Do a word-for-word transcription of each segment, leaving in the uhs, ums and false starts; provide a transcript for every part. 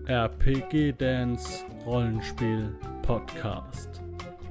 R P G Dance Rollenspiel Podcast.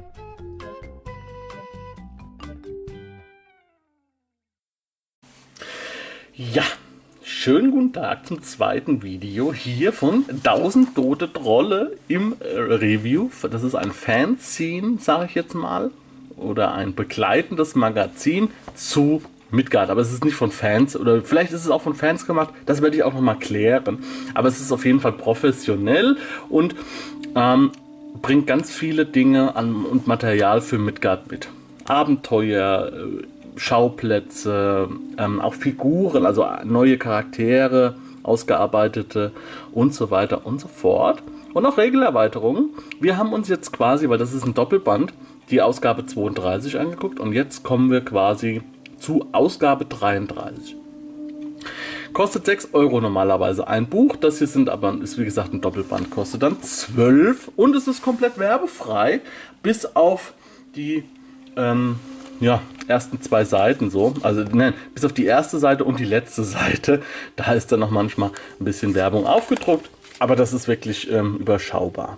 Ja, schönen guten Tag zum zweiten Video hier von tausend Tote Trolle im Review. Das ist ein Fanzine, sage ich jetzt mal, oder ein begleitendes Magazin zu Midgard. Aber es ist nicht von Fans, oder vielleicht ist es auch von Fans gemacht, das werde ich auch nochmal klären. Aber es ist auf jeden Fall professionell und ähm, bringt ganz viele Dinge an und Material für Midgard mit. Abenteuer, Schauplätze, ähm, auch Figuren, also neue Charaktere, ausgearbeitete und so weiter und so fort. Und auch Regelerweiterungen. Wir haben uns jetzt quasi, weil das ist ein Doppelband, die Ausgabe zweiunddreißig angeguckt und jetzt kommen wir quasi zu Ausgabe dreiunddreißig. Kostet sechs Euro normalerweise ein Buch, das hier sind aber, ist wie gesagt ein Doppelband, kostet dann zwölf und es ist komplett werbefrei, bis auf die ähm, ja, ersten zwei Seiten so, also nein, bis auf die erste Seite und die letzte Seite, da ist dann noch manchmal ein bisschen Werbung aufgedruckt, aber das ist wirklich ähm, überschaubar.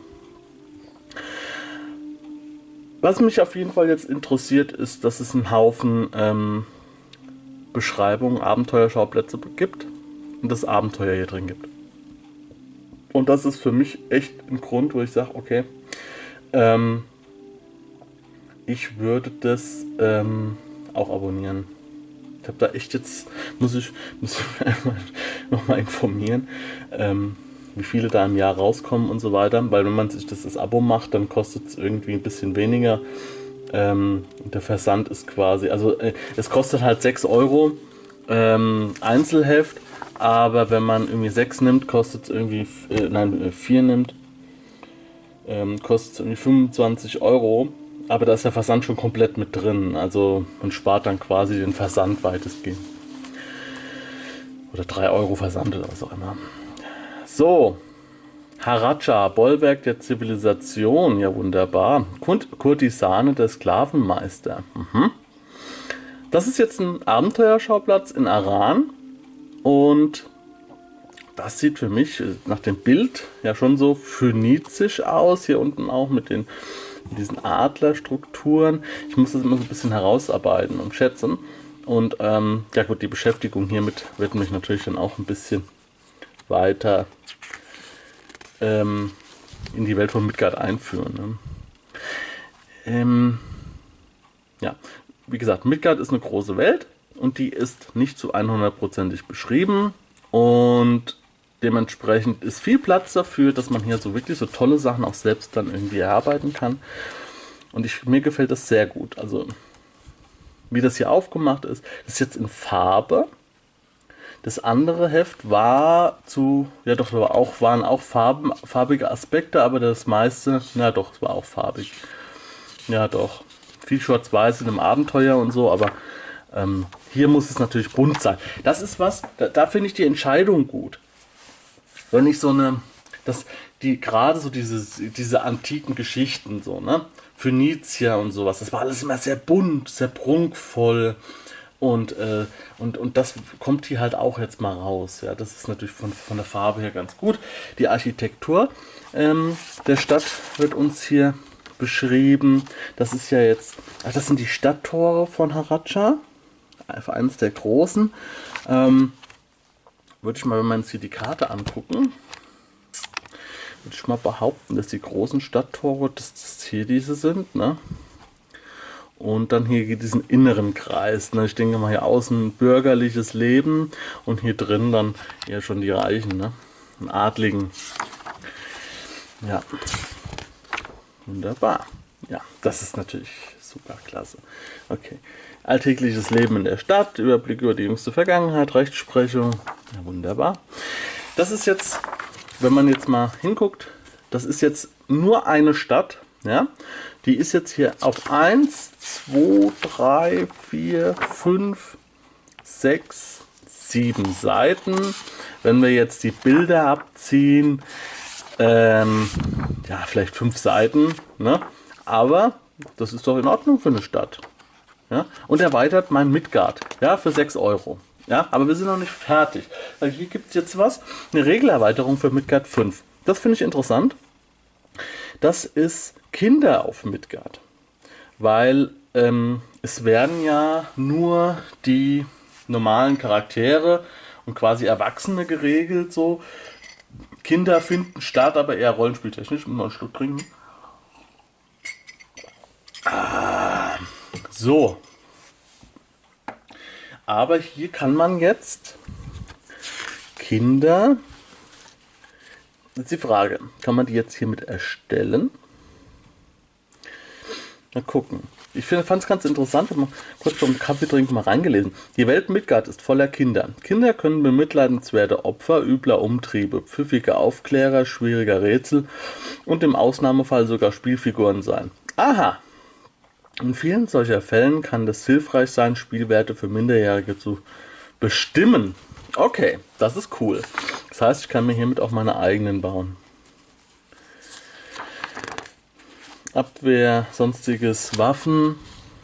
Was mich auf jeden Fall jetzt interessiert, ist, dass es einen Haufen ähm, Beschreibungen, Abenteuerschauplätze gibt und das Abenteuer hier drin gibt. Und das ist für mich echt ein Grund, wo ich sage, okay, ähm, ich würde das ähm, auch abonnieren. Ich habe da echt jetzt, muss ich, muss ich einfach nochmal informieren, ähm, wie viele da im Jahr rauskommen und so weiter. Weil wenn man sich das als Abo macht, dann kostet es irgendwie ein bisschen weniger. Ähm, der Versand ist quasi, also äh, es kostet halt sechs Euro ähm, Einzelheft, aber wenn man irgendwie sechs nimmt, kostet es irgendwie, äh, nein, vier nimmt, ähm, kostet es irgendwie fünfundzwanzig Euro. Aber da ist der Versand schon komplett mit drin. Also man spart dann quasi den Versand weitestgehend. Oder drei Euro Versand oder was auch immer. So. Haracha, Bollwerk der Zivilisation. Ja, wunderbar. Kurtisane, der Sklavenmeister. Mhm. Das ist jetzt ein Abenteuerschauplatz in Aran. Und das sieht für mich nach dem Bild ja schon so phönizisch aus. Hier unten auch mit den mit diesen Adlerstrukturen. Ich muss das immer so ein bisschen herausarbeiten und schätzen. Und ähm, ja gut, die Beschäftigung hiermit wird mich natürlich dann auch ein bisschen weiter ähm, in die Welt von Midgard einführen. Ne? Ähm, ja, wie gesagt, Midgard ist eine große Welt und die ist nicht zu hundertprozentig beschrieben und dementsprechend ist viel Platz dafür, dass man hier so wirklich so tolle Sachen auch selbst dann irgendwie erarbeiten kann. Und ich, mir gefällt das sehr gut. Also, wie das hier aufgemacht ist, das ist jetzt in Farbe. Das andere Heft war zu, ja doch, war auch, waren auch Farben, farbige Aspekte, aber das meiste, ja doch, es war auch farbig. Ja doch, viel Schwarz-Weiß in einem Abenteuer und so, aber ähm, hier muss es natürlich bunt sein. Das ist was, da, da finde ich die Entscheidung gut. Wenn ich so eine, das, die gerade so diese, diese antiken Geschichten, so, ne, Phönizier und sowas, das war alles immer sehr bunt, sehr prunkvoll und, äh, und, und das kommt hier halt auch jetzt mal raus, ja, das ist natürlich von, von der Farbe her ganz gut. Die Architektur ähm, der Stadt wird uns hier beschrieben, das ist ja jetzt, ach, das sind die Stadttore von Haracha, einfach eines der großen, ähm, würde ich mal, wenn wir uns hier die Karte angucken, würde ich mal behaupten, dass die großen Stadttore, dass das hier diese sind, ne? Und dann hier diesen inneren Kreis, ne? Ich denke mal hier außen bürgerliches Leben und hier drin dann eher schon die Reichen, ne? Ein Adligen. Ja. Wunderbar. Ja, das ist natürlich super klasse. Okay. Alltägliches Leben in der Stadt, Überblick über die jüngste Vergangenheit, Rechtsprechung. Ja, wunderbar. Das ist jetzt, wenn man jetzt mal hinguckt, das ist jetzt nur eine Stadt. Ja? Die ist jetzt hier auf eins, zwei, drei, vier, fünf, sechs, sieben Seiten. Wenn wir jetzt die Bilder abziehen, ähm, ja, vielleicht fünf Seiten. Ne? Aber das ist doch in Ordnung für eine Stadt. Ja, und erweitert mein Midgard, ja, für sechs Euro. Ja, aber wir sind noch nicht fertig. Also hier gibt es jetzt was, eine Regelerweiterung für Midgard fünf. das finde ich interessant. Das ist Kinder auf Midgard. Weil ähm, es werden ja nur die normalen Charaktere und quasi Erwachsene geregelt, so. Kinder finden statt, aber eher rollenspieltechnisch. Mal einen Schluck trinken. Ah, so. Aber hier kann man jetzt Kinder. Jetzt die Frage, kann man die jetzt hiermit erstellen? Mal gucken. Ich fand es ganz interessant, ich habe mal kurz beim Kaffeetrinken mal reingelesen. Die Welt Midgard ist voller Kinder. Kinder können bemitleidenswerte Opfer übler Umtriebe, pfiffige Aufklärer, schwieriger Rätsel und im Ausnahmefall sogar Spielfiguren sein. Aha! In vielen solcher Fällen kann es hilfreich sein, Spielwerte für Minderjährige zu bestimmen. Okay, das ist cool. Das heißt, ich kann mir hiermit auch meine eigenen bauen. Abwehr, sonstiges, Waffen,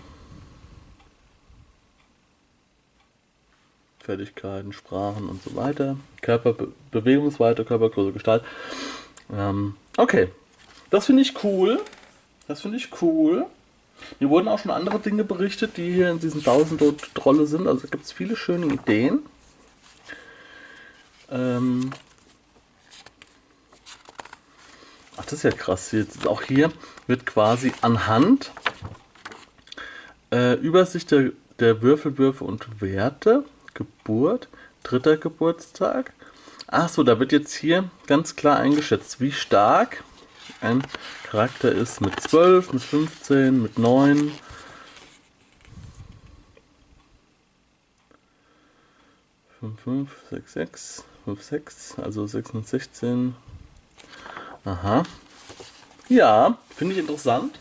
Fertigkeiten, Sprachen und so weiter. Körper, Bewegungsweite, Körpergröße, Gestalt. Ähm, okay, das finde ich cool. Das finde ich cool. Mir wurden auch schon andere Dinge berichtet, die hier in diesen tausend Trolle sind. Also gibt es viele schöne Ideen. Ähm Ach, das ist ja krass. Jetzt auch hier wird quasi anhand äh, Übersicht der, der Würfelwürfe und Werte, Geburt, dritter Geburtstag. Ach so, da wird jetzt hier ganz klar eingeschätzt, wie stark ein Charakter ist mit zwölf, mit fünfzehn, mit neun. fünf, fünf, sechs, sechs, fünf, sechs, also sechs und sechzehn. Aha. Ja, finde ich interessant.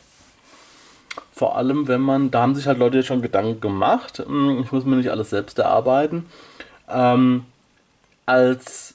Vor allem, wenn man, da haben sich halt Leute jetzt schon Gedanken gemacht. Ich muss mir nicht alles selbst erarbeiten. Ähm, als,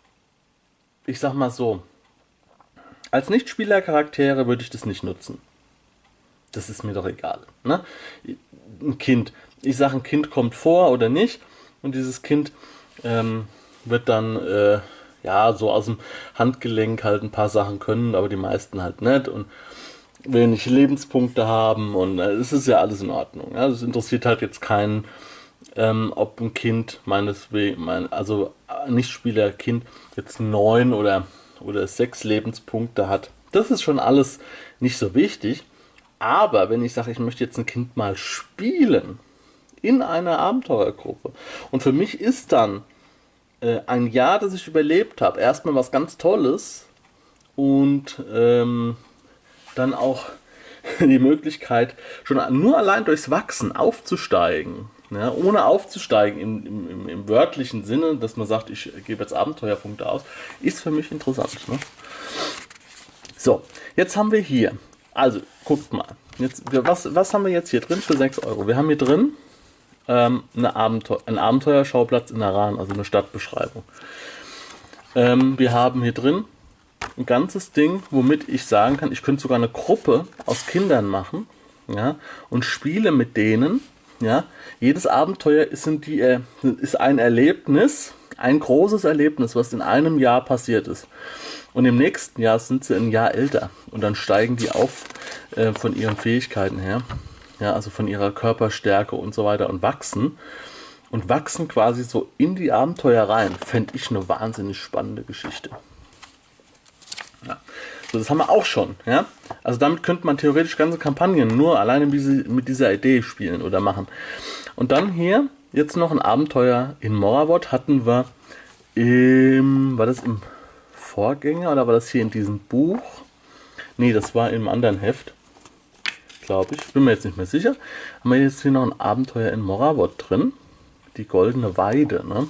ich sag mal so, als Nichtspielercharaktere würde ich das nicht nutzen. Das ist mir doch egal. Ne? Ein Kind. Ich sage, ein Kind kommt vor oder nicht. Und dieses Kind ähm, wird dann äh, ja so aus dem Handgelenk halt ein paar Sachen können, aber die meisten halt nicht. Und wenig Lebenspunkte haben. Und äh, es ist ja alles in Ordnung. Ja? Das interessiert halt jetzt keinen, ähm, ob ein Kind meineswegen, mein, also ein Nichtspielerkind jetzt neun oder, oder sechs Lebenspunkte hat. Das ist schon alles nicht so wichtig. Aber wenn ich sage, ich möchte jetzt ein Kind mal spielen in einer Abenteurergruppe und für mich ist dann äh, ein Jahr, das ich überlebt habe, erstmal was ganz Tolles und ähm, dann auch die Möglichkeit, schon nur allein durchs Wachsen aufzusteigen, ja, ohne aufzusteigen im, im, im wörtlichen Sinne, dass man sagt, ich gebe jetzt Abenteuerpunkte aus, ist für mich interessant. Ne? So, jetzt haben wir hier, also guckt mal, jetzt, was, was haben wir jetzt hier drin für sechs Euro? Wir haben hier drin ähm, eine Abenteuer, einen Abenteuerschauplatz in Aran, also eine Stadtbeschreibung. Ähm, wir haben hier drin ein ganzes Ding, womit ich sagen kann, ich könnte sogar eine Gruppe aus Kindern machen, ja, und spiele mit denen. Ja. Jedes Abenteuer ist, in die, äh, ist ein Erlebnis, ein großes Erlebnis, was in einem Jahr passiert ist. Und im nächsten Jahr sind sie ein Jahr älter und dann steigen die auf äh, von ihren Fähigkeiten her, ja, also von ihrer Körperstärke und so weiter und wachsen. Und wachsen quasi so in die Abenteuer rein. Fände ich eine wahnsinnig spannende Geschichte. Ja. So, das haben wir auch schon. Ja? Also damit könnte man theoretisch ganze Kampagnen nur alleine mit dieser Idee spielen oder machen. Und dann hier jetzt noch ein Abenteuer in Moravot hatten wir im, war das im Vorgänger oder war das hier in diesem Buch? Nee, das war im anderen Heft, glaube ich. Bin mir jetzt nicht mehr sicher. Haben wir jetzt hier noch ein Abenteuer in Moravot drin. Die goldene Weide. Ne?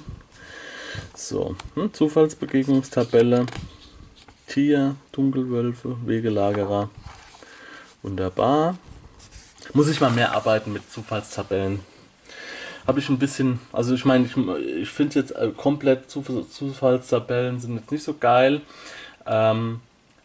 So, hm, Zufallsbegegnungstabelle. Tier, Dunkelwölfe, Wegelagerer. Wunderbar. Muss ich mal mehr arbeiten mit Zufallstabellen. Habe ich ein bisschen, also ich meine, ich, ich finde jetzt äh, komplett Zuf- Zufallstabellen sind jetzt nicht so geil. Ähm,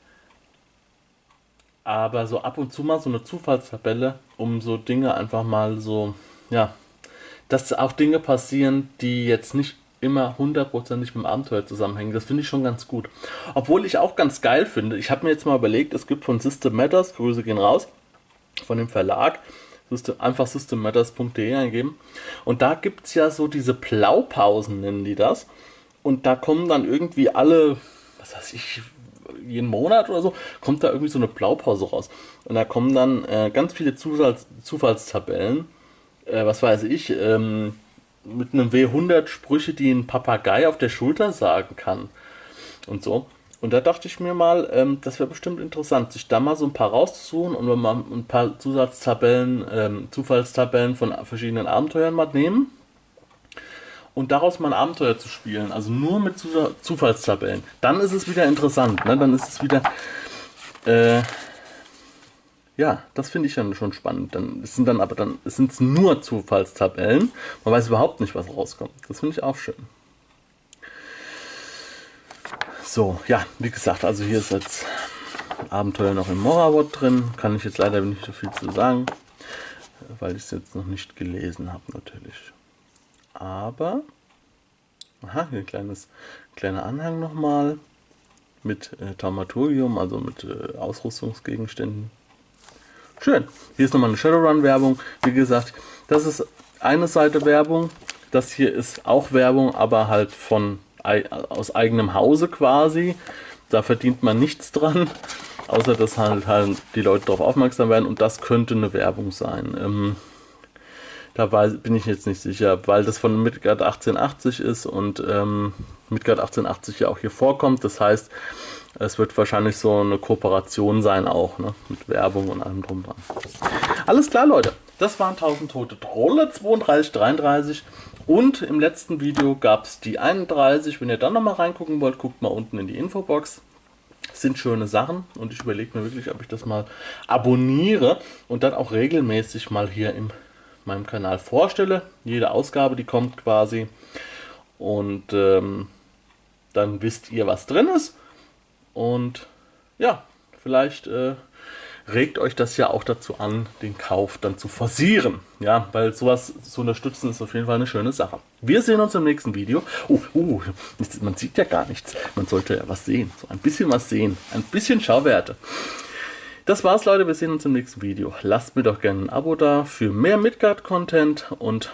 aber so ab und zu mal so eine Zufallstabelle, um so Dinge einfach mal so, ja, dass auch Dinge passieren, die jetzt nicht immer hundertprozentig mit dem Abenteuer zusammenhängen. Das finde ich schon ganz gut. Obwohl ich auch ganz geil finde, ich habe mir jetzt mal überlegt, es gibt von System Matters, Grüße gehen raus, von dem Verlag, einfach system matters punkt de eingeben. Und da gibt es ja so diese Blaupausen, nennen die das. Und da kommen dann irgendwie alle, was weiß ich, jeden Monat oder so, kommt da irgendwie so eine Blaupause raus. Und da kommen dann äh, ganz viele Zufalls Zufallstabellen, äh, was weiß ich, ähm, mit einem W hundert Sprüche, die ein Papagei auf der Schulter sagen kann. Und so. Und da dachte ich mir mal, ähm, das wäre bestimmt interessant, sich da mal so ein paar rauszusuchen und mal ein paar Zusatztabellen, ähm, Zufallstabellen von verschiedenen Abenteuern mal nehmen und daraus mal ein Abenteuer zu spielen. Also nur mit Zufallstabellen. Dann ist es wieder interessant, ne? Dann ist es wieder... Äh, Ja, das finde ich dann schon spannend. Dann sind dann aber dann sind es nur Zufallstabellen. Man weiß überhaupt nicht, was rauskommt. Das finde ich auch schön. So, ja, wie gesagt, also hier ist jetzt Abenteuer noch im Morawat drin. Kann ich jetzt leider nicht so viel zu sagen, weil ich es jetzt noch nicht gelesen habe natürlich. Aber, aha, hier ein kleines, kleiner Anhang nochmal mit äh, Thaumaturgium, also mit äh, Ausrüstungsgegenständen. Schön. Hier ist nochmal eine Shadowrun-Werbung. Wie gesagt, das ist eine Seite Werbung. Das hier ist auch Werbung, aber halt von aus eigenem Hause quasi. Da verdient man nichts dran, außer dass halt, halt die Leute darauf aufmerksam werden. Und das könnte eine Werbung sein. Ähm, da weiß, bin ich jetzt nicht sicher, weil das von Midgard achtzehnhundertachtzig ist und ähm, Midgard achtzehnhundertachtzig ja auch hier vorkommt. Das heißt, es wird wahrscheinlich so eine Kooperation sein auch, ne? Mit Werbung und allem drum dran. Alles klar, Leute. Das waren tausend tote Trolle zweiunddreißig, dreiunddreißig. Und im letzten Video gab es die einunddreißig. Wenn ihr dann nochmal reingucken wollt, guckt mal unten in die Infobox. Das sind schöne Sachen. Und ich überlege mir wirklich, ob ich das mal abonniere und dann auch regelmäßig mal hier in meinem Kanal vorstelle. Jede Ausgabe, die kommt quasi. Und ähm, dann wisst ihr, was drin ist. Und ja, vielleicht äh, regt euch das ja auch dazu an, den Kauf dann zu forcieren. Ja, weil sowas zu unterstützen ist auf jeden Fall eine schöne Sache. Wir sehen uns im nächsten Video. Oh, oh, man sieht ja gar nichts. Man sollte ja was sehen. So ein bisschen was sehen. Ein bisschen Schauwerte. Das war's, Leute. Wir sehen uns im nächsten Video. Lasst mir doch gerne ein Abo da für mehr Midgard-Content und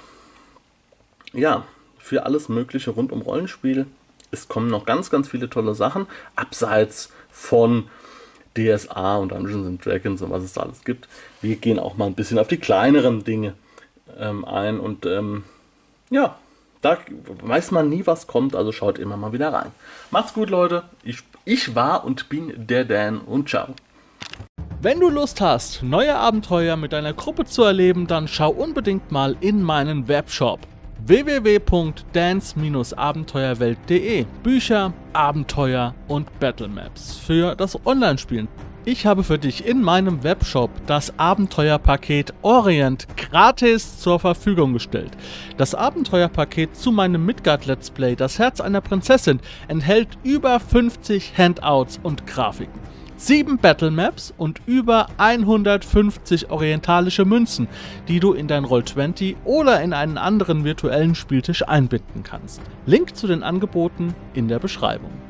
ja, für alles Mögliche rund um Rollenspiel. Es kommen noch ganz, ganz viele tolle Sachen, abseits von D S A und Dungeons and Dragons und was es da alles gibt. Wir gehen auch mal ein bisschen auf die kleineren Dinge ähm, ein und ähm, ja, da weiß man nie, was kommt, also schaut immer mal wieder rein. Macht's gut, Leute. Ich, ich war und bin der Dan und ciao. Wenn du Lust hast, neue Abenteuer mit deiner Gruppe zu erleben, dann schau unbedingt mal in meinen Webshop w w w punkt dance Bindestrich abenteuerwelt punkt de. Bücher, Abenteuer und Battlemaps für das Online-Spielen. Ich habe für dich in meinem Webshop das Abenteuerpaket Orient gratis zur Verfügung gestellt. Das Abenteuerpaket zu meinem Midgard Let's Play, das Herz einer Prinzessin, enthält über fünfzig Handouts und Grafiken. sieben Battlemaps und über hundertfünfzig orientalische Münzen, die du in dein Roll zwanzig oder in einen anderen virtuellen Spieltisch einbinden kannst. Link zu den Angeboten in der Beschreibung.